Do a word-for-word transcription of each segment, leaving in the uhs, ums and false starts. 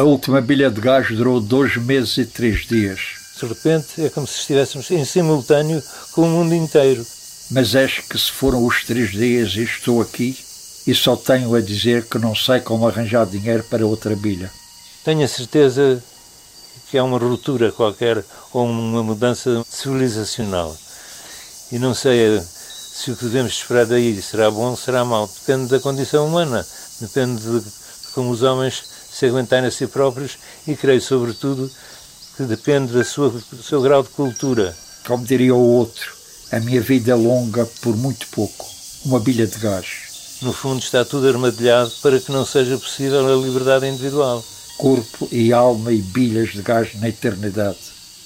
A última bilha de gás durou dois meses e três dias. De repente é como se estivéssemos em simultâneo com o mundo inteiro. Mas acho que se foram os três dias e estou aqui e só tenho a dizer que não sei como arranjar dinheiro para outra bilha. Tenho a certeza que há uma ruptura qualquer ou uma mudança civilizacional. E não sei se o que devemos esperar daí será bom ou será mau. Depende da condição humana, depende de como os homens se aguentarem a si próprios e creio, sobretudo, que depende da sua, do seu grau de cultura. Como diria o outro, a minha vida é longa por muito pouco. Uma bilha de gás. No fundo está tudo armadilhado para que não seja possível a liberdade individual. Corpo e alma e bilhas de gás na eternidade.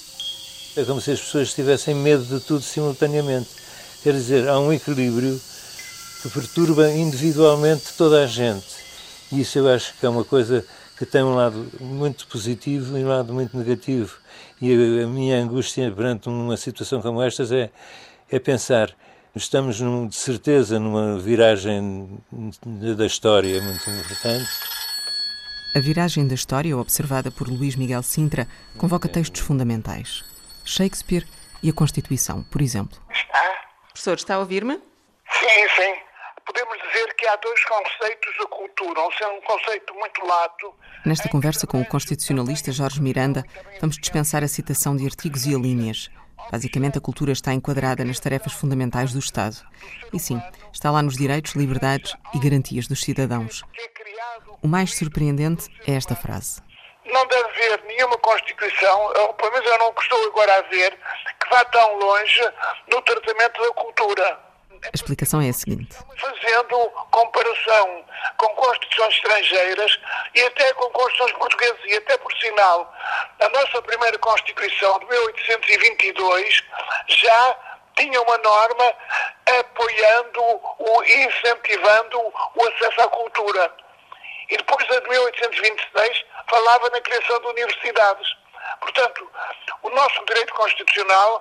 É como se as pessoas tivessem medo de tudo simultaneamente. Quer dizer, há um equilíbrio que perturba individualmente toda a gente. E isso eu acho que é uma coisa que tem um lado muito positivo e um lado muito negativo. E a, a minha angústia perante uma situação como esta é, é pensar, estamos num, de certeza numa viragem da história muito importante. A viragem da história, observada por Luís Miguel Sintra, convoca textos fundamentais. Shakespeare e a Constituição, por exemplo. Está? Professor, está a ouvir-me? Sim, sim. Podemos dizer que há dois conceitos da cultura. Um é um conceito muito lato. Nesta conversa com o constitucionalista Jorge Miranda, vamos dispensar a citação de artigos e alíneas. Basicamente, a cultura está enquadrada nas tarefas fundamentais do Estado. E sim, está lá nos direitos, liberdades e garantias dos cidadãos. O mais surpreendente é esta frase. Não deve haver nenhuma Constituição, ou pelo menos eu não estou agora a ver, que vá tão longe no tratamento da cultura. A explicação é a seguinte. Fazendo comparação com constituições estrangeiras e até com constituições portuguesas, e até por sinal, a nossa primeira Constituição de mil oitocentos e vinte e dois já tinha uma norma apoiando e incentivando o acesso à cultura. E depois a de mil oitocentos e vinte e seis falava na criação de universidades. Portanto, o nosso direito constitucional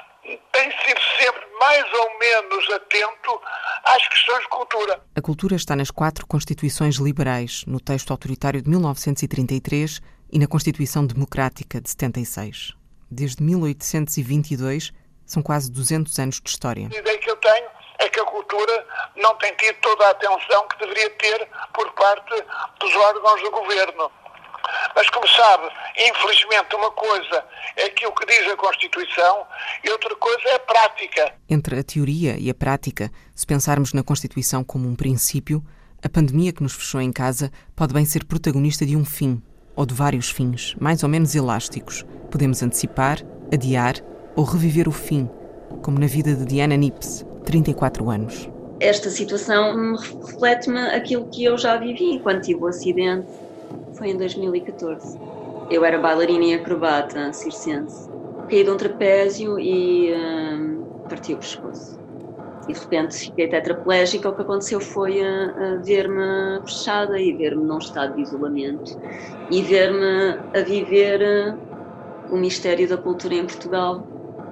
tem sido sempre mais ou menos atento às questões de cultura. A cultura está nas quatro Constituições liberais, no texto autoritário de mil novecentos e trinta e três e na Constituição Democrática de setenta e seis. Desde mil oitocentos e vinte e dois, são quase duzentos anos de história. A ideia que eu tenho é que a cultura não tem tido toda a atenção que deveria ter por parte dos órgãos do governo. Mas, como sabe, infelizmente uma coisa é aquilo que diz a Constituição e outra coisa é a prática. Entre a teoria e a prática, se pensarmos na Constituição como um princípio, a pandemia que nos fechou em casa pode bem ser protagonista de um fim, ou de vários fins, mais ou menos elásticos. Podemos antecipar, adiar ou reviver o fim, como na vida de Diana Nips, trinta e quatro anos. Esta situação reflete-me aquilo que eu já vivi enquanto tive o acidente. Foi em dois mil e catorze. Eu era bailarina e acrobata circense. Caí de um trapézio e hum, parti o pescoço. E de repente fiquei tetraplégica. O que aconteceu foi a, a ver-me fechada e ver-me num estado de isolamento e ver-me a viver o mistério da cultura em Portugal.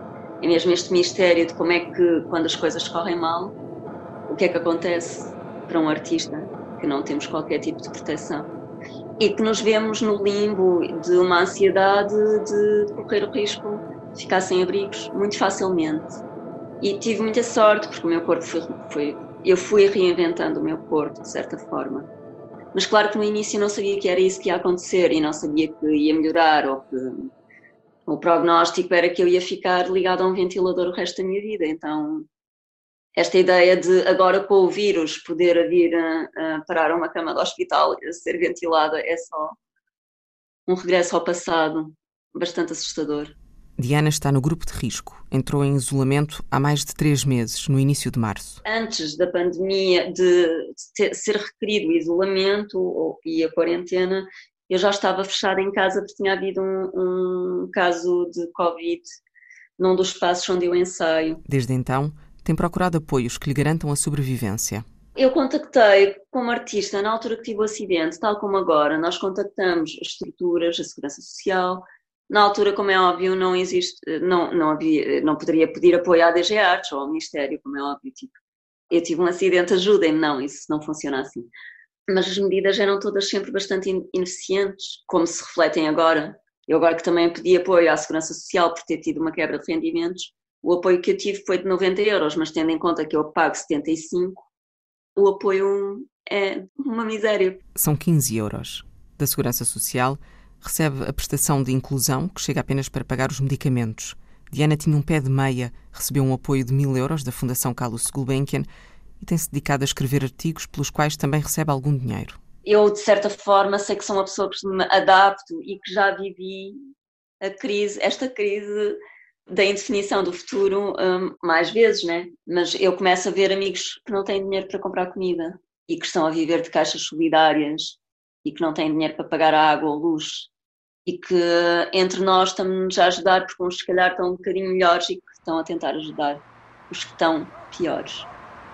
E mesmo este mistério de como é que, quando as coisas correm mal, o que é que acontece para um artista que não temos qualquer tipo de proteção. E que nos vemos no limbo de uma ansiedade de correr o risco de ficar sem abrigos muito facilmente. E tive muita sorte, porque o meu corpo foi, foi... Eu fui reinventando o meu corpo, de certa forma. Mas claro que no início não sabia que era isso que ia acontecer e não sabia que ia melhorar ou que... O prognóstico era que eu ia ficar ligada a um ventilador o resto da minha vida. Então, esta ideia de agora com o vírus poder vir a, a parar uma cama de hospital e a ser ventilada é só um regresso ao passado bastante assustador. Diana está no grupo de risco. Entrou em isolamento há mais de três meses, no início de março. Antes da pandemia, de ter, ser requerido o isolamento ou, e a quarentena, eu já estava fechada em casa porque tinha havido um, um caso de Covid num dos espaços onde eu ensaio. Desde então, tem procurado apoios que lhe garantam a sobrevivência. Eu contactei como artista, na altura que tive o acidente, tal como agora, nós contactamos as estruturas, a Segurança Social. Na altura, como é óbvio, não existe, não, não, havia, não poderia pedir apoio à D G Artes ou ao Ministério, como é óbvio. Tipo, eu tive um acidente, ajudem-me. Não, isso não funciona assim. mas as medidas eram todas sempre bastante ineficientes, como se refletem agora. Eu agora que também pedi apoio à Segurança Social por ter tido uma quebra de rendimentos, o apoio que eu tive foi de noventa euros, mas tendo em conta que eu pago setenta e cinco, o apoio é uma miséria. São quinze euros. Da Segurança Social recebe a prestação de inclusão, que chega apenas para pagar os medicamentos. Diana tinha um pé de meia, recebeu um apoio de mil euros da Fundação Carlos Gulbenkian e tem-se dedicado a escrever artigos pelos quais também recebe algum dinheiro. Eu, de certa forma, sei que sou uma pessoa que me adapto e que já vivi a crise, esta crise da indefinição do futuro um, mais vezes, né? Mas eu começo a ver amigos que não têm dinheiro para comprar comida e que estão a viver de caixas solidárias e que não têm dinheiro para pagar a água ou luz e que entre nós estamos a ajudar porque uns se calhar estão um bocadinho melhores e que estão a tentar ajudar os que estão piores.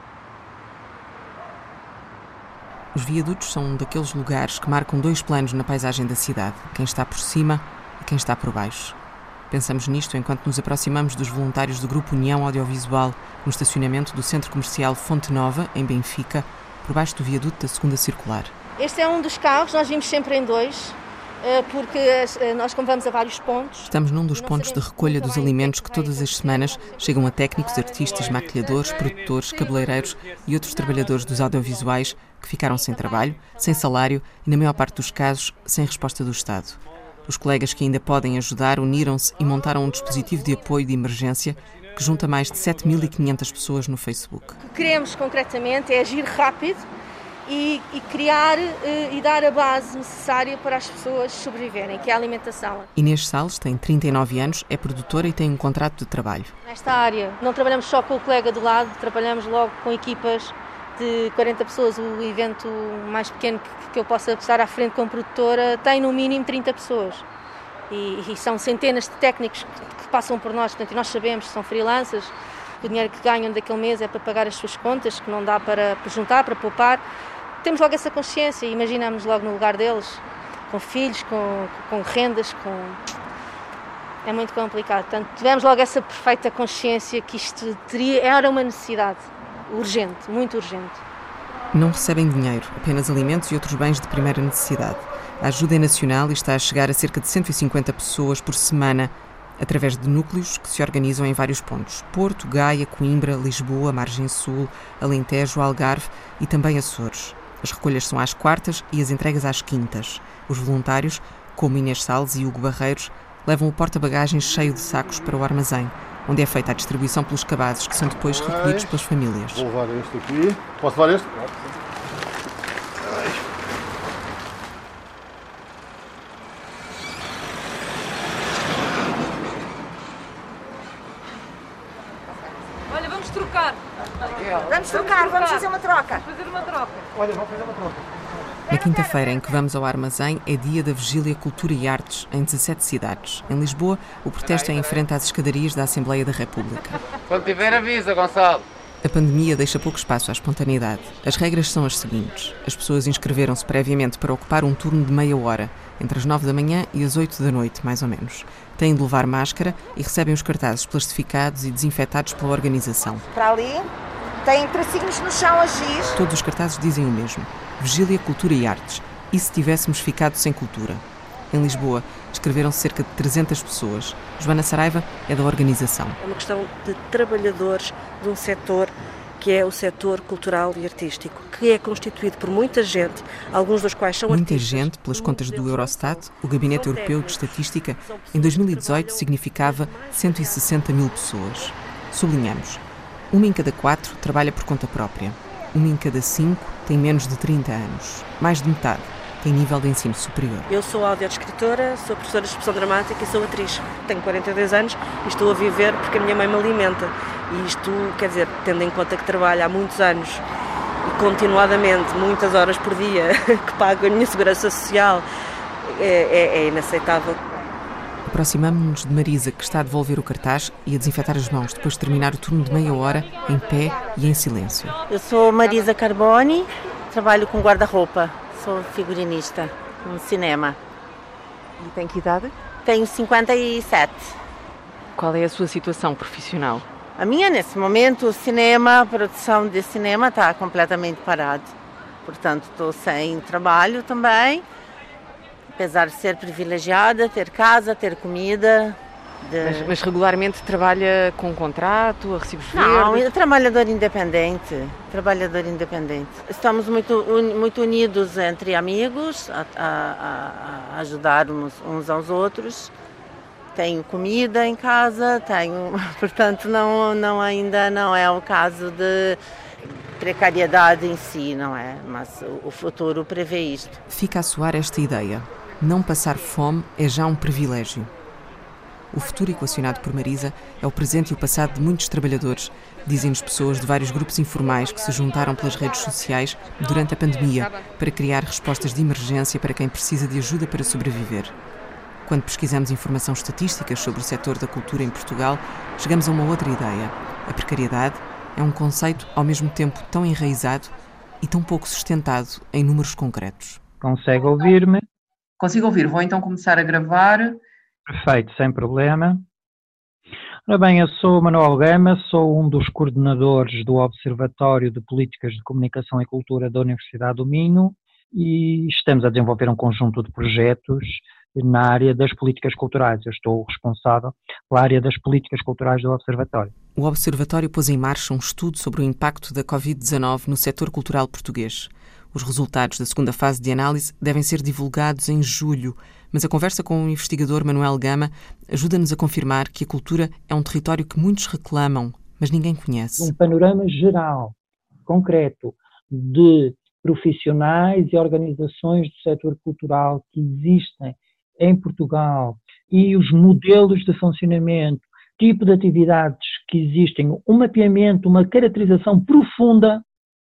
Os viadutos são um daqueles lugares que marcam dois planos na paisagem da cidade, quem está por cima e quem está por baixo. Pensamos nisto enquanto nos aproximamos dos voluntários do Grupo União Audiovisual no estacionamento do Centro Comercial Fonte Nova, em Benfica, por baixo do viaduto da Segunda Circular. Este é um dos carros, nós vimos sempre em dois, porque nós como vamos a vários pontos. Estamos num dos pontos de recolha dos alimentos que todas as semanas chegam a técnicos, artistas, maquilhadores, produtores, cabeleireiros e outros trabalhadores dos audiovisuais que ficaram sem trabalho, sem salário e, na maior parte dos casos, sem resposta do Estado. Os colegas que ainda podem ajudar uniram-se e montaram um dispositivo de apoio de emergência que junta mais de sete mil e quinhentas pessoas no Facebook. O que queremos concretamente é agir rápido e, e criar e, e dar a base necessária para as pessoas sobreviverem, que é a alimentação. Inês Salles tem trinta e nove anos, é produtora e tem um contrato de trabalho. Nesta área não trabalhamos só com o colega do lado, trabalhamos logo com equipas de quarenta pessoas. O evento mais pequeno que, que eu possa estar à frente como produtora tem no mínimo trinta pessoas. E, e são centenas de técnicos que, que passam por nós, portanto, nós sabemos que são freelancers, que o dinheiro que ganham daquele mês é para pagar as suas contas, que não dá para, para juntar, para poupar. Temos logo essa consciência e imaginamos logo no lugar deles, com filhos, com, com rendas, com... É muito complicado. Portanto, tivemos logo essa perfeita consciência que isto teria, era uma necessidade urgente, muito urgente. Não recebem dinheiro, apenas alimentos e outros bens de primeira necessidade. A ajuda é nacional e está a chegar a cerca de cento e cinquenta pessoas por semana, através de núcleos que se organizam em vários pontos. Porto, Gaia, Coimbra, Lisboa, Margem Sul, Alentejo, Algarve e também Açores. As recolhas são às quartas e as entregas às quintas. Os voluntários, como Inês Salles e Hugo Barreiros, levam o porta-bagagens cheio de sacos para o armazém, onde é feita a distribuição pelos cabazes, que são depois recolhidos pelas famílias. Vou levar este aqui. Posso levar este? Olha, vamos trocar. Vamos trocar, vamos fazer uma troca. Fazer uma troca. Olha, vamos fazer uma troca. Na quinta-feira em que vamos ao armazém é dia da Vigília Cultura e Artes em dezassete cidades. Em Lisboa, o protesto é em frente às escadarias da Assembleia da República. Quando tiver, avisa, Gonçalo. A pandemia deixa pouco espaço à espontaneidade. As regras são as seguintes. As pessoas inscreveram-se previamente para ocupar um turno de meia hora, entre as nove da manhã e as oito da noite, mais ou menos. Têm de levar máscara e recebem os cartazes plastificados e desinfetados pela organização. Para ali, tem tracinhos no chão a giz. Todos os cartazes dizem o mesmo. Vigília, Cultura e Artes. E se tivéssemos ficado sem cultura? Em Lisboa, inscreveram-se cerca de trezentas pessoas. Joana Saraiva é da organização. É uma questão de trabalhadores de um setor que é o setor cultural e artístico, que é constituído por muita gente, alguns dos quais são Muita artistas. gente, pelas contas do Eurostat, o Gabinete Europeu de Estatística, em dois mil e dezoito significava cento e sessenta mil pessoas. Sublinhamos, uma em cada quatro trabalha por conta própria. Uma em cada cinco tem menos de trinta anos. Mais de metade tem nível de ensino superior. Eu sou audiodescritora, sou professora de expressão dramática e sou atriz. Tenho quarenta e dois anos e estou a viver porque a minha mãe me alimenta. E isto, quer dizer, tendo em conta que trabalho há muitos anos e continuadamente, muitas horas por dia, que pago a minha segurança social, é, é, é inaceitável. Aproximamo-nos de Marisa, que está a devolver o cartaz e a desinfetar as mãos depois de terminar o turno de meia hora, em pé e em silêncio. Eu sou Marisa Carboni, trabalho com guarda-roupa, sou figurinista no cinema. E tem que idade? Tenho cinquenta e sete. Qual é a sua situação profissional? A minha, nesse momento, o cinema, a produção de cinema está completamente parado, portanto estou sem trabalho também, apesar de ser privilegiada, ter casa, ter comida. De... Mas, mas regularmente trabalha com contrato, a recibos Não, verdes? trabalhador independente, trabalhador independente. Estamos muito, muito unidos entre amigos, a, a, a ajudar uns, uns aos outros. Tenho comida em casa, tenho, portanto não, não, ainda não é o caso de precariedade em si, não é? Mas o, o futuro prevê isto. Fica a soar esta ideia. Não passar fome é já um privilégio. O futuro equacionado por Marisa é o presente e o passado de muitos trabalhadores, dizem-nos pessoas de vários grupos informais que se juntaram pelas redes sociais durante a pandemia para criar respostas de emergência para quem precisa de ajuda para sobreviver. Quando pesquisamos informação estatística sobre o setor da cultura em Portugal, chegamos a uma outra ideia. A precariedade é um conceito ao mesmo tempo tão enraizado e tão pouco sustentado em números concretos. Consegue ouvir-me? Consigo ouvir. Vou então começar a gravar. Perfeito, sem problema. Ora bem, eu sou Manuel Gama, sou um dos coordenadores do Observatório de Políticas de Comunicação e Cultura da Universidade do Minho e estamos a desenvolver um conjunto de projetos na área das políticas culturais. Eu estou responsável pela área das políticas culturais do Observatório. O Observatório pôs em marcha um estudo sobre o impacto da covid dezanove no setor cultural português. Os resultados da segunda fase de análise devem ser divulgados em julho, mas a conversa com o investigador Manuel Gama ajuda-nos a confirmar que a cultura é um território que muitos reclamam, mas ninguém conhece. Um panorama geral, concreto, de profissionais e organizações do setor cultural que existem em Portugal e os modelos de funcionamento, tipo de atividades que existem, um mapeamento, uma caracterização profunda,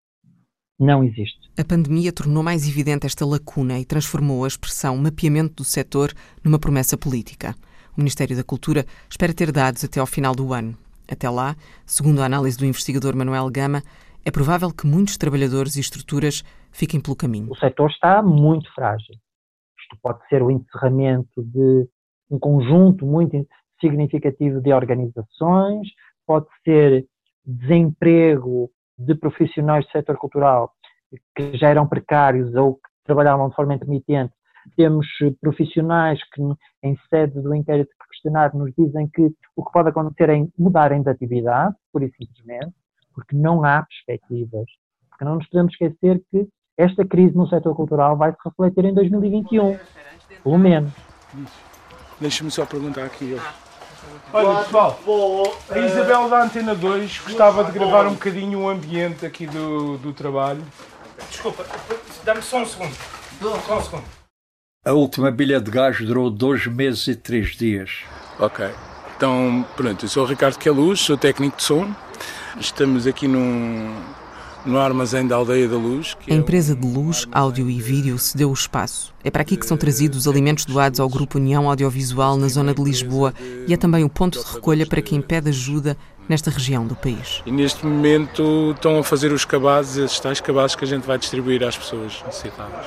não existe. A pandemia tornou mais evidente esta lacuna e transformou a expressão mapeamento do setor numa promessa política. O Ministério da Cultura espera ter dados até ao final do ano. Até lá, segundo a análise do investigador Manuel Gama, é provável que muitos trabalhadores e estruturas fiquem pelo caminho. O setor está muito frágil. Isto pode ser o encerramento de um conjunto muito significativo de organizações, pode ser desemprego de profissionais do setor cultural que já eram precários ou que trabalhavam de forma intermitente. Temos profissionais que, em sede do inquérito que questionário, nos dizem que o que pode acontecer é mudarem de atividade, pura e simplesmente, porque não há perspectivas. Porque não nos podemos esquecer que esta crise no setor cultural vai se refletir em dois mil e vinte e um, pelo menos. Deixa-me só perguntar aqui. Olha, pessoal, a Isabel da Antena dois gostava de gravar um bocadinho o ambiente aqui do, do trabalho. Desculpa, dá-me só um segundo. Só um segundo. A última bilha de gás durou dois meses e três dias. Ok. Então, pronto, eu sou o Ricardo Queluz, sou técnico de som. Estamos aqui num, no armazém da Aldeia da Luz. Que a empresa de luz, áudio e vídeo cedeu o espaço. É para aqui que são trazidos os alimentos doados ao Grupo União Audiovisual na zona de Lisboa e é também o ponto de recolha para quem pede ajuda nesta região do país. E neste momento estão a fazer os cabazes, esses tais cabazes que a gente vai distribuir às pessoas necessitadas.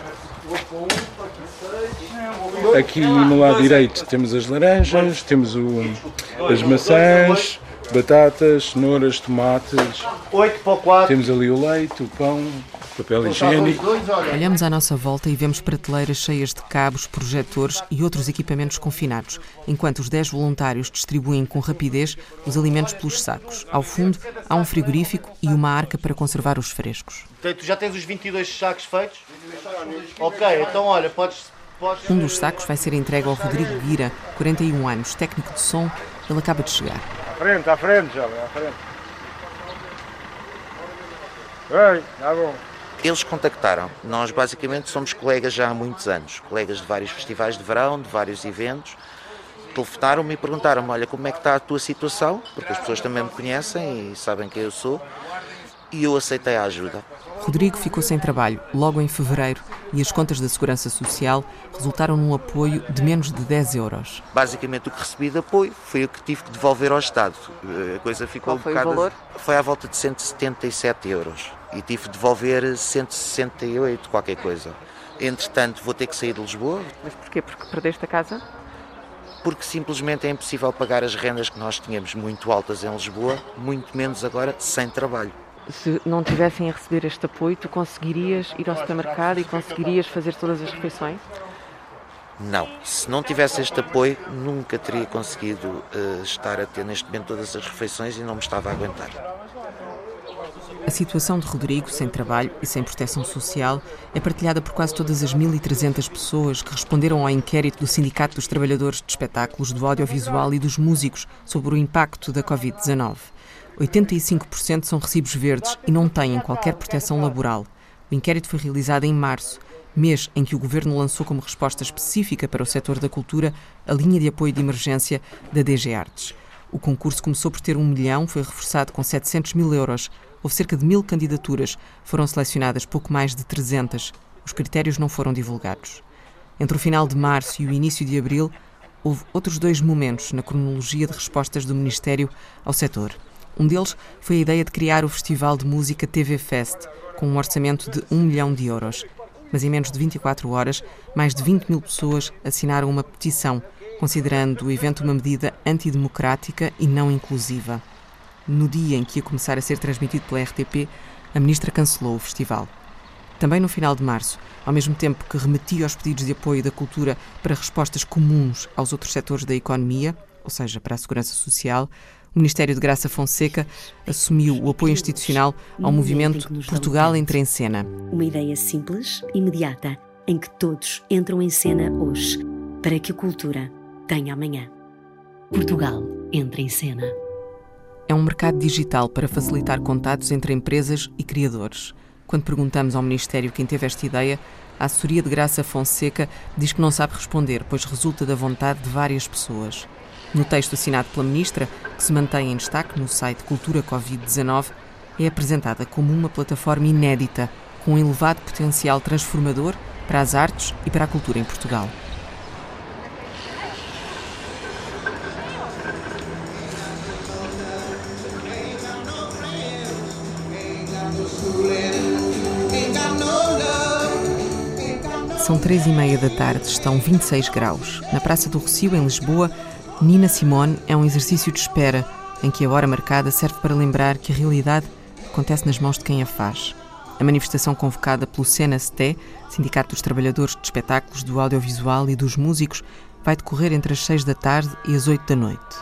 Aqui no lado direito temos as laranjas, temos o, as maçãs, batatas, cenouras, tomates, temos ali o leite, o pão, papel higiênico. Olhamos à nossa volta e vemos prateleiras cheias de cabos, projetores e outros equipamentos confinados, enquanto os dez voluntários distribuem com rapidez os alimentos pelos sacos. Ao fundo, há um frigorífico e uma arca para conservar os frescos. Tu já tens os vinte e dois sacos feitos? Ok, então olha, podes... podes... Um dos sacos vai ser entregue ao Rodrigo Guira, quarenta e um anos, técnico de som. Ele acaba de chegar. À frente, à frente, jovem, à frente. Ei, tá bom. Eles contactaram. Nós basicamente somos colegas já há muitos anos, colegas de vários festivais de verão, de vários eventos. Telefonaram-me e perguntaram-me, olha, como é que está a tua situação? Porque as pessoas também me conhecem e sabem quem eu sou. E eu aceitei a ajuda. Rodrigo ficou sem trabalho logo em fevereiro e as contas da Segurança Social resultaram num apoio de menos de dez euros. Basicamente o que recebi de apoio foi o que tive que devolver ao Estado. A coisa ficou Qual foi um bocado... o valor? Foi à volta de cento e setenta e sete euros e tive de devolver cento e sessenta e oito, qualquer coisa. Entretanto vou ter que sair de Lisboa. Mas porquê? Porque perdeste a casa? Porque simplesmente é impossível pagar as rendas que nós tínhamos muito altas em Lisboa, muito menos agora sem trabalho. Se não tivessem a receber este apoio, tu conseguirias ir ao supermercado e conseguirias fazer todas as refeições? Não. Se não tivesse este apoio, nunca teria conseguido uh, estar a ter neste momento todas as refeições e não me estava a aguentar. A situação de Rodrigo, sem trabalho e sem proteção social, é partilhada por quase todas as mil e trezentas pessoas que responderam ao inquérito do Sindicato dos Trabalhadores de Espetáculos, do Audiovisual e dos Músicos sobre o impacto da covid dezanove. oitenta e cinco por cento são recibos verdes e não têm qualquer proteção laboral. O inquérito foi realizado em março, mês em que o Governo lançou como resposta específica para o setor da cultura a linha de apoio de emergência da D G Artes. O concurso começou por ter um milhão, foi reforçado com setecentos mil euros. Houve cerca de mil candidaturas, foram selecionadas pouco mais de trezentas. Os critérios não foram divulgados. Entre o final de março e o início de abril, houve outros dois momentos na cronologia de respostas do Ministério ao setor. Um deles foi a ideia de criar o Festival de Música T V Fest, com um orçamento de um milhão de euros. Mas em menos de vinte e quatro horas, mais de vinte mil pessoas assinaram uma petição, considerando o evento uma medida antidemocrática e não inclusiva. No dia em que ia começar a ser transmitido pela R T P, a ministra cancelou o festival. Também no final de março, ao mesmo tempo que remetia os pedidos de apoio da cultura para respostas comuns aos outros setores da economia, ou seja, para a segurança social, o Ministério de Graça Fonseca assumiu o apoio institucional ao movimento Portugal Entra em Cena. Uma ideia simples, imediata, em que todos entram em cena hoje, para que a cultura tenha amanhã. Portugal Entra em Cena. É um mercado digital para facilitar contatos entre empresas e criadores. Quando perguntamos ao Ministério quem teve esta ideia, a assessoria de Graça Fonseca diz que não sabe responder, pois resulta da vontade de várias pessoas. No texto assinado pela Ministra, que se mantém em destaque no site Cultura covid dezanove, é apresentada como uma plataforma inédita, com um elevado potencial transformador para as artes e para a cultura em Portugal. São três e meia da tarde, estão vinte e seis graus. Na Praça do Rossio, em Lisboa, Nina Simone é um exercício de espera, em que a hora marcada serve para lembrar que a realidade acontece nas mãos de quem a faz. A manifestação convocada pelo C N S T, Sindicato dos Trabalhadores de Espetáculos, do Audiovisual e dos Músicos, vai decorrer entre as seis da tarde e as oito da noite.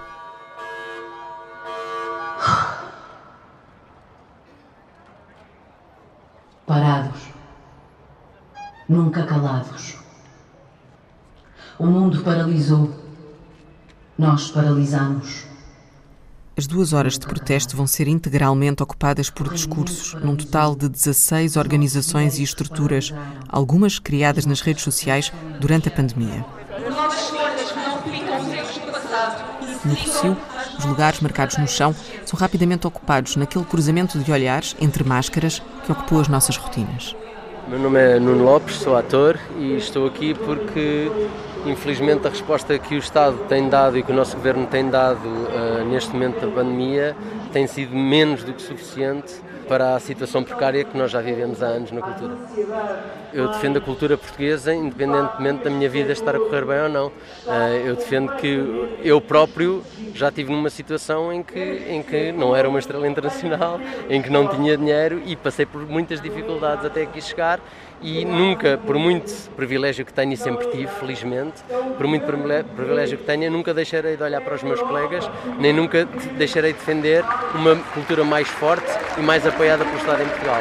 Parados, nunca calados. O mundo paralisou, nós paralisamos. As duas horas de protesto vão ser integralmente ocupadas por discursos, num total de dezasseis organizações e estruturas, algumas criadas nas redes sociais durante a pandemia. No Rossio, os lugares marcados no chão são rapidamente ocupados naquele cruzamento de olhares entre máscaras que ocupou as nossas rotinas. Meu nome é Nuno Lopes, sou ator e estou aqui porque, infelizmente, a resposta que o Estado tem dado e que o nosso Governo tem dado uh, neste momento da pandemia tem sido menos do que suficiente para a situação precária que nós já vivemos há anos na cultura. Eu defendo a cultura portuguesa independentemente da minha vida estar a correr bem ou não. Uh, eu defendo que eu próprio já estive numa situação em que, em que não era uma estrela internacional, em que não tinha dinheiro e passei por muitas dificuldades até aqui chegar e nunca, por muito privilégio que tenho e sempre tive, felizmente, por muito privilégio que tenha, nunca deixarei de olhar para os meus colegas, nem nunca deixarei de defender uma cultura mais forte e mais apoiada pelo Estado em Portugal.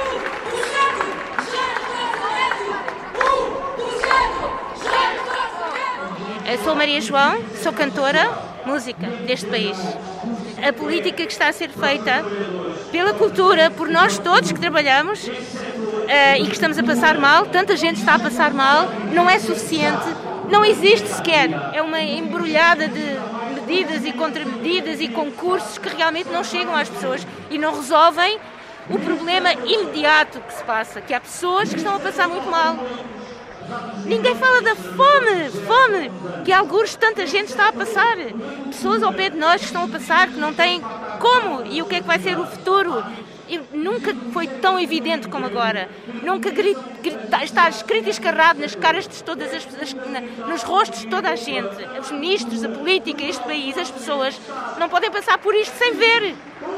Eu sou Maria João, sou cantora, música deste país. A política que está a ser feita pela cultura, por nós todos que trabalhamos uh, e que estamos a passar mal, tanta gente está a passar mal, não é suficiente, não existe sequer. É uma embrulhada de medidas e contramedidas e concursos que realmente não chegam às pessoas e não resolvem o problema imediato que se passa, que há pessoas que estão a passar muito mal. Ninguém fala da fome, fome, que algures tanta gente está a passar. Pessoas ao pé de nós que estão a passar, que não têm como e o que é que vai ser o futuro. E nunca foi tão evidente como agora. Nunca grita, grita, está escrito e escarrado nas caras de todas as pessoas, nos rostos de toda a gente. Os ministros, a política, este país, as pessoas não podem passar por isto sem ver.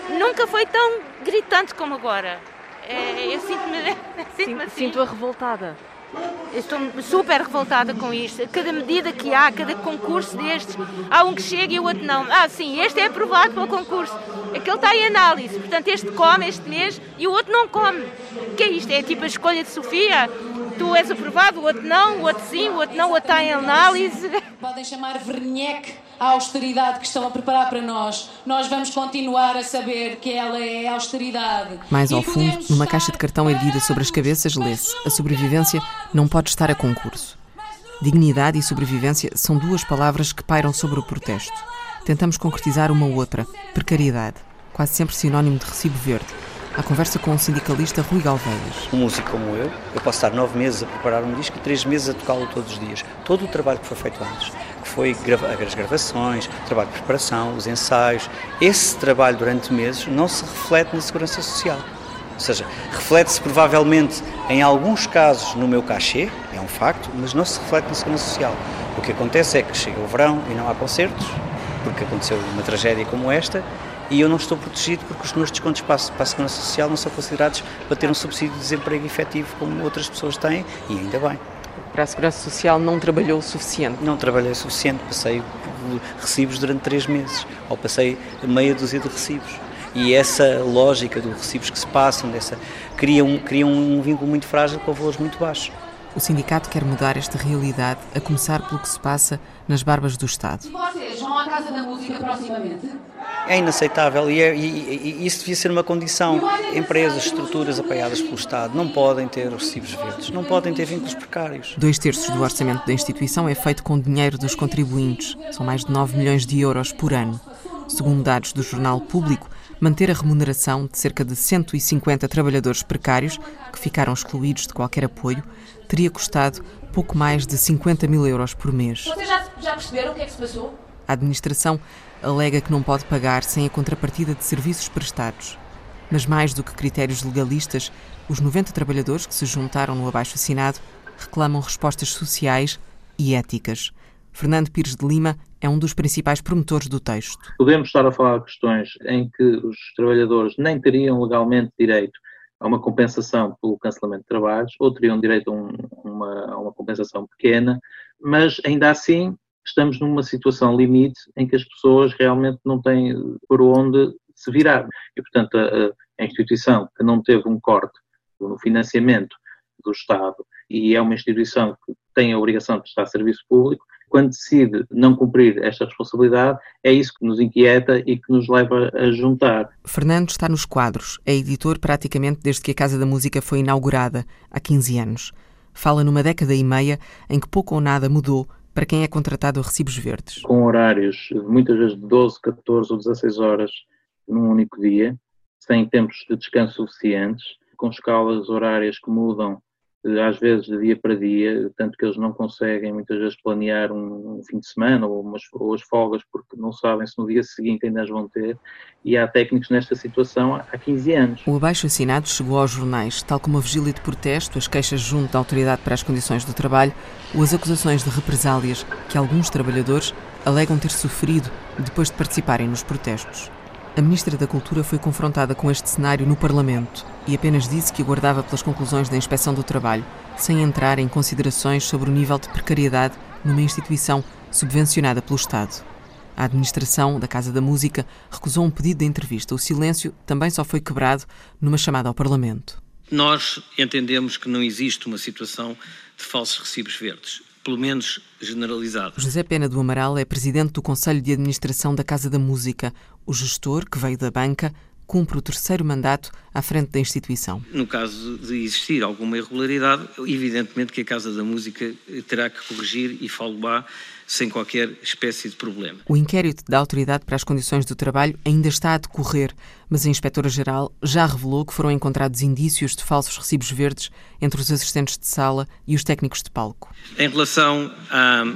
nunca foi tão gritante como agora. É, eu sinto-me sinto assim. Sinto-a revoltada. Eu estou super revoltada com isto. Cada medida que há, cada concurso destes, há um que chega e o outro não. Ah, sim, este é aprovado para o concurso. Aquele está em análise. Portanto, este come este mês e o outro não come. O que é isto? É tipo a escolha de Sofia? Tu és aprovado, o outro não, o outro sim, o outro não, o outro está em análise. Podem chamar verniec a austeridade que estão a preparar para nós. Nós vamos continuar a saber que ela é austeridade. Mais ao fundo, numa caixa de cartão erguida sobre as cabeças, lê-se: a sobrevivência não pode estar a concurso. Dignidade e sobrevivência são duas palavras que pairam sobre o protesto. Tentamos concretizar uma outra: precariedade, quase sempre sinónimo de recibo verde. À conversa com o sindicalista Rui Galveiras. Um músico como eu, eu posso estar nove meses a preparar um disco e três meses a tocá-lo todos os dias. Todo o trabalho que foi feito antes, que foi grava- as gravações, o trabalho de preparação, os ensaios, esse trabalho durante meses não se reflete na Segurança Social. Ou seja, reflete-se provavelmente em alguns casos no meu cachê, é um facto, mas não se reflete na Segurança Social. O que acontece é que chega o verão e não há concertos, porque aconteceu uma tragédia como esta, e eu não estou protegido porque os meus descontos para a Segurança Social não são considerados para ter um subsídio de desemprego efetivo como outras pessoas têm, e ainda bem. Para a Segurança Social não trabalhou o suficiente? Não trabalhei o suficiente, passei recibos durante três meses, ou passei meia dúzia de recibos. E essa lógica dos recibos que se passam, dessa, cria, um, cria um vínculo muito frágil com valores muito baixos. O sindicato quer mudar esta realidade, a começar pelo que se passa nas barbas do Estado. E vocês vão à Casa da Música proximamente? É inaceitável e, é, e, e isso devia ser uma condição. Empresas, estruturas apoiadas pelo Estado não podem ter os recibos verdes, não podem ter vínculos precários. Dois terços do orçamento da instituição é feito com dinheiro dos contribuintes. São mais de nove milhões de euros por ano. Segundo dados do Jornal Público, manter a remuneração de cerca de cento e cinquenta trabalhadores precários, que ficaram excluídos de qualquer apoio, teria custado pouco mais de cinquenta mil euros por mês. Vocês já, já perceberam o que é que se passou? A administração alega que não pode pagar sem a contrapartida de serviços prestados. Mas mais do que critérios legalistas, os noventa trabalhadores que se juntaram no abaixo-assinado reclamam respostas sociais e éticas. Fernando Pires de Lima é um dos principais promotores do texto. Podemos estar a falar de questões em que os trabalhadores nem teriam legalmente direito a uma compensação pelo cancelamento de trabalhos, ou teriam direito a, um, uma, a uma compensação pequena, mas ainda assim estamos numa situação limite em que as pessoas realmente não têm por onde se virar. E, portanto, a, a instituição que não teve um corte no financiamento do Estado e é uma instituição que tem a obrigação de prestar serviço público, quando decide não cumprir esta responsabilidade, é isso que nos inquieta e que nos leva a juntar. Fernando está nos quadros, é editor praticamente desde que a Casa da Música foi inaugurada, há quinze anos. Fala numa década e meia em que pouco ou nada mudou para quem é contratado a recibos verdes. Com horários muitas vezes de doze, catorze ou dezasseis horas num único dia, sem tempos de descanso suficientes, com escalas horárias que mudam às vezes de dia para dia, tanto que eles não conseguem muitas vezes planear um, um fim de semana ou, umas, ou as folgas porque não sabem se no dia seguinte ainda as vão ter, e há técnicos nesta situação há quinze anos. O abaixo-assinado chegou aos jornais, tal como a vigília de protesto, as queixas junto da Autoridade para as Condições do Trabalho ou as acusações de represálias que alguns trabalhadores alegam ter sofrido depois de participarem nos protestos. A Ministra da Cultura foi confrontada com este cenário no Parlamento e apenas disse que aguardava pelas conclusões da Inspeção do Trabalho, sem entrar em considerações sobre o nível de precariedade numa instituição subvencionada pelo Estado. A administração da Casa da Música recusou um pedido de entrevista. O silêncio também só foi quebrado numa chamada ao Parlamento. Nós entendemos que não existe uma situação de falsos recibos verdes, pelo menos generalizado. José Pena do Amaral é presidente do Conselho de Administração da Casa da Música. O gestor, que veio da banca, cumpre o terceiro mandato à frente da instituição. No caso de existir alguma irregularidade, evidentemente que a Casa da Música terá que corrigir e falo-á sem qualquer espécie de problema. O inquérito da Autoridade para as Condições do Trabalho ainda está a decorrer, mas a Inspetora-Geral já revelou que foram encontrados indícios de falsos recibos verdes entre os assistentes de sala e os técnicos de palco. Em relação à,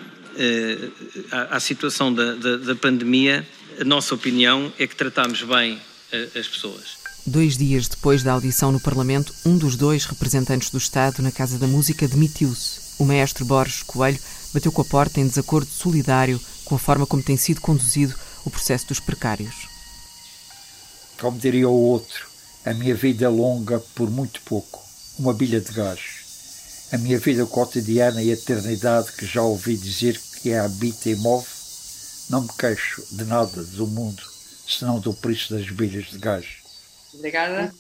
à, à situação da, da, da pandemia, a nossa opinião é que tratámos bem as pessoas. Dois dias depois da audição no Parlamento, um dos dois representantes do Estado na Casa da Música demitiu-se. O maestro Borges Coelho bateu com a porta em desacordo solidário com a forma como tem sido conduzido o processo dos precários. Como diria o outro, a minha vida é longa por muito pouco, uma bilha de gás. A minha vida cotidiana e a eternidade que já ouvi dizer que a habita e move, não me queixo de nada do mundo, senão do preço das bilhas de gás. Obrigada.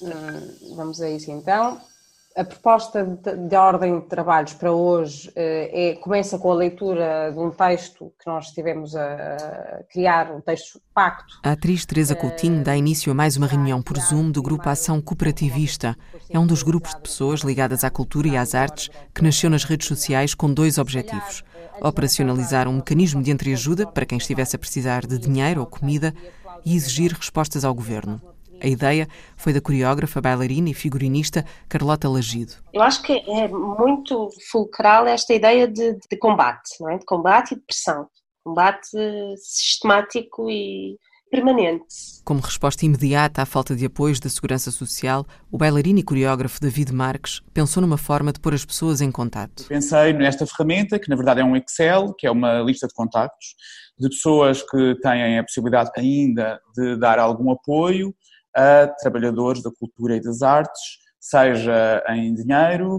Uh, vamos a isso então. A proposta de, de ordem de trabalhos para hoje uh, é, começa com a leitura de um texto que nós estivemos a, a criar, um texto pacto. A atriz Teresa Coutinho dá início a mais uma reunião por Zoom do Grupo Ação Cooperativista. É um dos grupos de pessoas ligadas à cultura e às artes que nasceu nas redes sociais com dois objetivos: operacionalizar um mecanismo de entreajuda para quem estivesse a precisar de dinheiro ou comida e exigir respostas ao governo. A ideia foi da coreógrafa, bailarina e figurinista Carlota Lagido. Eu acho que é muito fulcral esta ideia de, de combate, não é? De combate e de pressão. Combate sistemático e permanente. Como resposta imediata à falta de apoios da Segurança Social, o bailarino e coreógrafo David Marques pensou numa forma de pôr as pessoas em contato. Pensei nesta ferramenta, que na verdade é um Excel, que é uma lista de contactos, de pessoas que têm a possibilidade ainda de dar algum apoio a trabalhadores da cultura e das artes, seja em dinheiro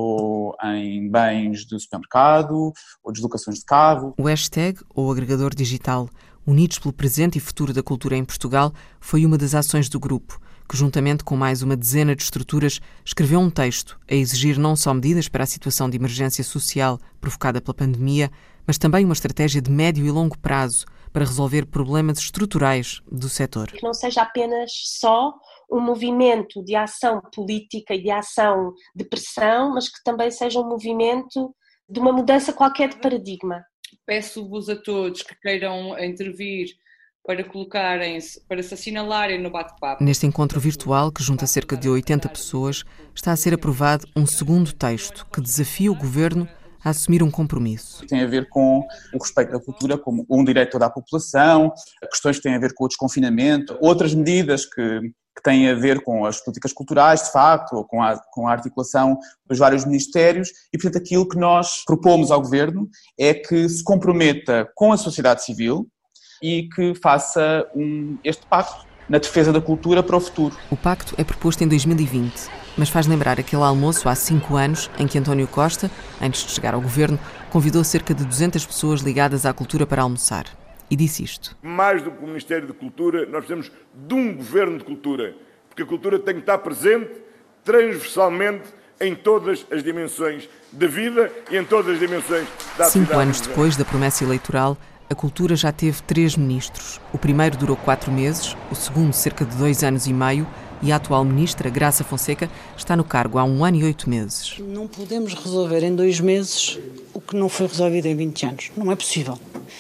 ou em bens de supermercado ou deslocações de carro. O hashtag, ou agregador digital, Unidos pelo Presente e Futuro da Cultura em Portugal, foi uma das ações do grupo, que juntamente com mais uma dezena de estruturas escreveu um texto a exigir não só medidas para a situação de emergência social provocada pela pandemia, mas também uma estratégia de médio e longo prazo para resolver problemas estruturais do setor. Que não seja apenas só um movimento de ação política e de ação de pressão, mas que também seja um movimento de uma mudança qualquer de paradigma. Peço-vos a todos que queiram intervir para colocarem-se, para se assinalarem no bate-papo. Neste encontro virtual, que junta cerca de oitenta pessoas, está a ser aprovado um segundo texto que desafia o governo a assumir um compromisso. Tem a ver com o respeito da cultura como um direito da população, questões que têm a ver com o desconfinamento, outras medidas que, que têm a ver com as políticas culturais, de facto, ou com a, com a articulação dos vários ministérios, e, portanto, aquilo que nós propomos ao Governo é que se comprometa com a sociedade civil e que faça um, este pacto na defesa da cultura para o futuro. O pacto é proposto em dois mil e vinte, mas faz lembrar aquele almoço há cinco anos em que António Costa, antes de chegar ao governo, convidou cerca de duzentas pessoas ligadas à cultura para almoçar. E disse isto. Mais do que o Ministério da Cultura, nós precisamos de um governo de cultura, porque a cultura tem que estar presente transversalmente em todas as dimensões da vida e em todas as dimensões da atividade. Cinco anos depois da promessa eleitoral, a cultura já teve três ministros. O primeiro durou quatro meses, o segundo cerca de dois anos e meio, e a atual ministra, Graça Fonseca, está no cargo há um ano e oito meses. Não podemos resolver em dois meses o que não foi resolvido em vinte anos. Não é possível.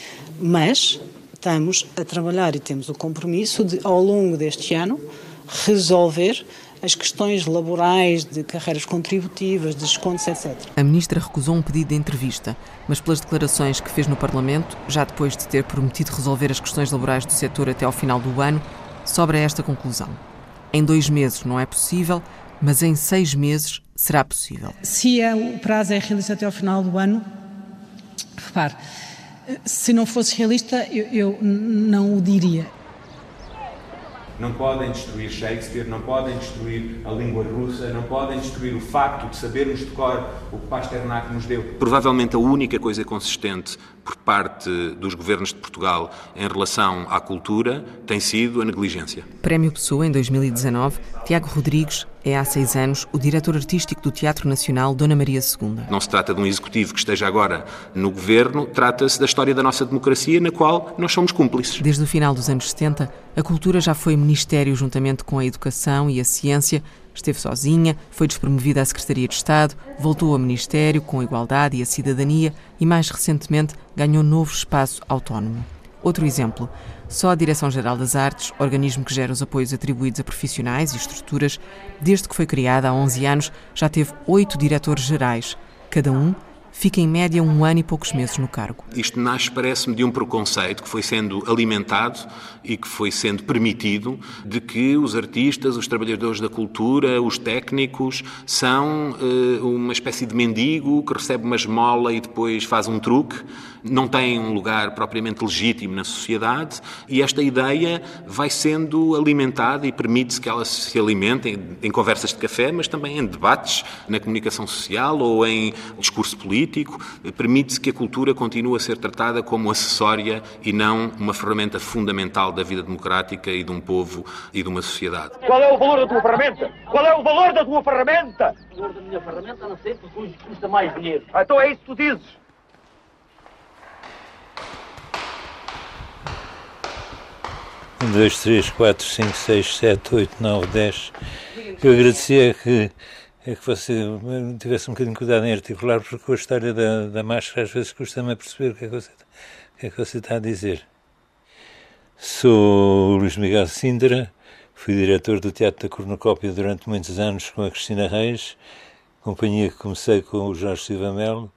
Mas estamos a trabalhar e temos o compromisso de, ao longo deste ano, resolver as questões laborais, de carreiras contributivas, de descontos, etcétera. A ministra recusou um pedido de entrevista, mas pelas declarações que fez no Parlamento, já depois de ter prometido resolver as questões laborais do setor até ao final do ano, sobra esta conclusão. Em dois meses não é possível, mas em seis meses será possível. Se é, o prazo é realista até ao final do ano, repare, se não fosse realista, eu, eu não o diria. Não podem destruir Shakespeare, não podem destruir a língua russa, não podem destruir o facto de sabermos de cor o que Pasternak nos deu. Provavelmente a única coisa consistente por parte dos governos de Portugal em relação à cultura tem sido a negligência. Prémio Pessoa em dois mil e dezanove, Tiago Rodrigues é há seis anos o diretor artístico do Teatro Nacional Dona Maria segunda. Não se trata de um executivo que esteja agora no governo, trata-se da história da nossa democracia na qual nós somos cúmplices. Desde o final dos anos setenta, a cultura já foi ministério juntamente com a educação e a ciência. Esteve sozinha, foi despromovida à Secretaria de Estado, voltou ao Ministério com a Igualdade e a Cidadania e, mais recentemente, ganhou novo espaço autónomo. Outro exemplo, só a Direção-Geral das Artes, organismo que gera os apoios atribuídos a profissionais e estruturas, desde que foi criada há onze anos, já teve oito diretores gerais. Cada um fica em média um ano e poucos meses no cargo. Isto nasce, parece-me, de um preconceito que foi sendo alimentado e que foi sendo permitido de que os artistas, os trabalhadores da cultura, os técnicos, são uh, uma espécie de mendigo que recebe uma esmola e depois faz um truque não têm um lugar propriamente legítimo na sociedade, e esta ideia vai sendo alimentada e permite-se que ela se alimente em, em conversas de café, mas também em debates na comunicação social ou em discurso político. Permite-se que a cultura continue a ser tratada como acessória e não uma ferramenta fundamental da vida democrática e de um povo e de uma sociedade. Qual é o valor da tua ferramenta? Qual é o valor da tua ferramenta? O valor da minha ferramenta não sei porque custa mais dinheiro. Ah, então é isso que tu dizes. Um, dois, três, quatro, cinco, seis, sete, oito, nove, dez. Eu agradecia que, é que você tivesse um bocadinho de cuidado em articular, porque com a história da, da máscara às vezes custa-me a perceber o que, é que você, o que é que você está a dizer. Sou o Luís Miguel Sintra, fui diretor do Teatro da Cornucópia durante muitos anos com a Cristina Reis, companhia que comecei com o Jorge Silva Melo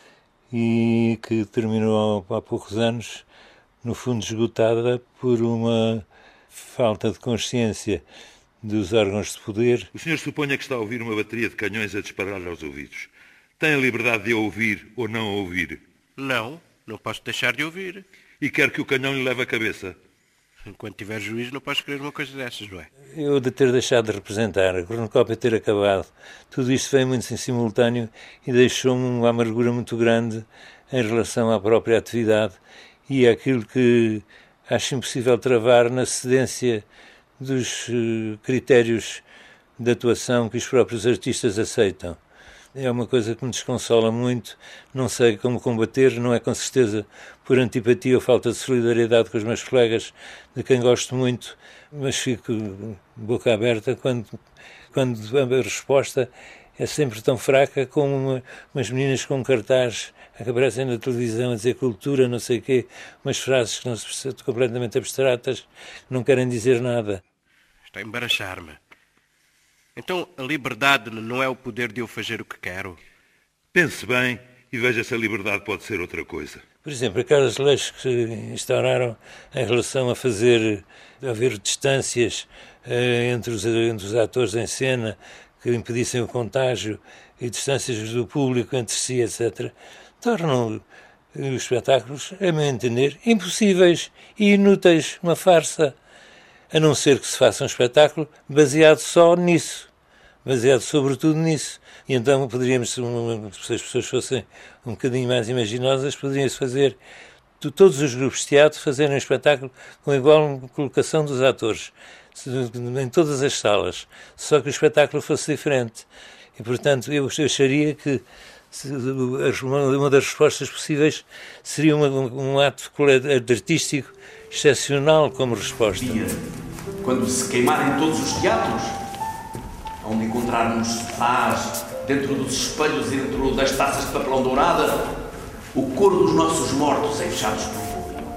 e que terminou há, há poucos anos, no fundo esgotada por uma falta de consciência dos órgãos de poder. O senhor suponha que está a ouvir uma bateria de canhões a disparar-lhe aos ouvidos. Tem a liberdade de ouvir ou não ouvir? Não, não posso deixar de ouvir. E quer que o canhão lhe leve a cabeça? Enquanto tiver juízo não posso querer uma coisa dessas, não é? Eu de ter deixado de representar, a cornucópia ter acabado, tudo isto veio muito em simultâneo e deixou-me uma amargura muito grande em relação à própria atividade e àquilo que acho impossível travar na cedência dos uh, critérios de atuação que os próprios artistas aceitam. É uma coisa que me desconsola muito, não sei como combater, não é com certeza por antipatia ou falta de solidariedade com os meus colegas, de quem gosto muito, mas fico boca aberta quando, quando a resposta é sempre tão fraca como uma, umas meninas com um cartaz que aparecem na televisão a dizer cultura, não sei o quê, umas frases que não se percebem, completamente abstratas, não querem dizer nada. Está a embaraçar-me. Então a liberdade não é o poder de eu fazer o que quero? Pense bem e veja se a liberdade pode ser outra coisa. Por exemplo, aquelas leis que se instauraram em relação a fazer, a haver distâncias eh, entre, os, entre os atores em cena que impedissem o contágio e distâncias do público entre si, etcétera, tornam os espetáculos, a meu entender, impossíveis e inúteis, uma farsa. A não ser que se faça um espetáculo baseado só nisso, baseado sobretudo nisso. E então poderíamos, se as pessoas fossem um bocadinho mais imaginosas, poderiam-se fazer, todos os grupos de teatro fazerem um espetáculo com igual colocação dos atores, em todas as salas, só que o espetáculo fosse diferente. E, portanto, eu acharia que uma das respostas possíveis seria um, um ato artístico excepcional como resposta. Quando se queimarem todos os teatros, onde encontrarmos sofás, dentro dos espelhos e dentro das taças de papelão dourada, o coro dos nossos mortos é fechados pelo público.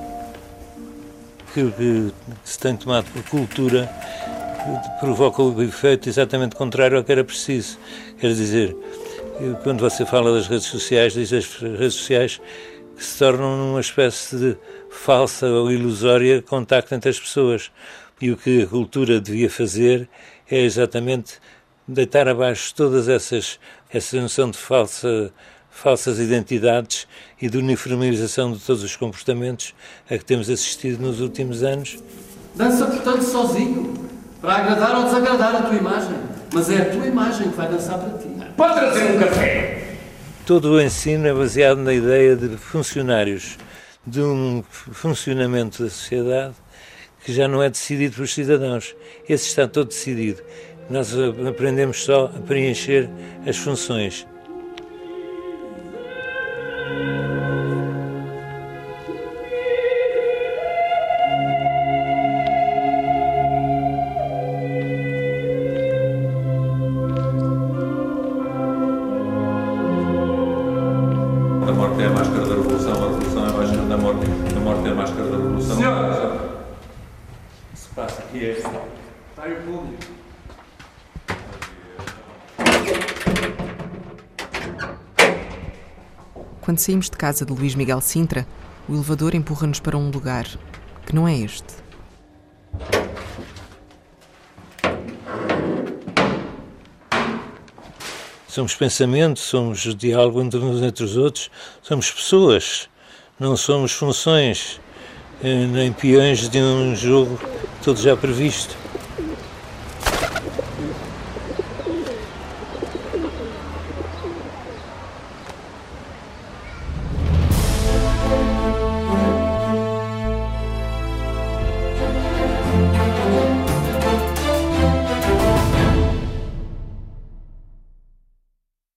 Aquilo que se tem tomado por cultura provoca o efeito exatamente contrário ao que era preciso. Quer dizer, quando você fala das redes sociais, diz as redes sociais que se tornam numa espécie de falsa ou ilusória contacto entre as pessoas. E o que a cultura devia fazer é exatamente deitar abaixo todas essas, essa noção de falsa, falsas identidades e de uniformização de todos os comportamentos a que temos assistido nos últimos anos. Dança, portanto, sozinho, para agradar ou desagradar a tua imagem. Mas é a tua imagem que vai dançar para ti. Pode trazer um café! Todo o ensino é baseado na ideia de funcionários, de um funcionamento da sociedade que já não é decidido pelos cidadãos. Esse está todo decidido. Nós aprendemos só a preencher as funções. A morte é a máscara da revolução, a revolução é a máscara da morte, a morte é a máscara da revolução. Senhor! O que se passa aqui é... Está aí o público. Quando saímos de casa de Luís Miguel Sintra, o elevador empurra-nos para um lugar que não é este. Somos pensamento, somos diálogo entre uns entre os outros, somos pessoas. não somos funções nem peões de um jogo todo já previsto.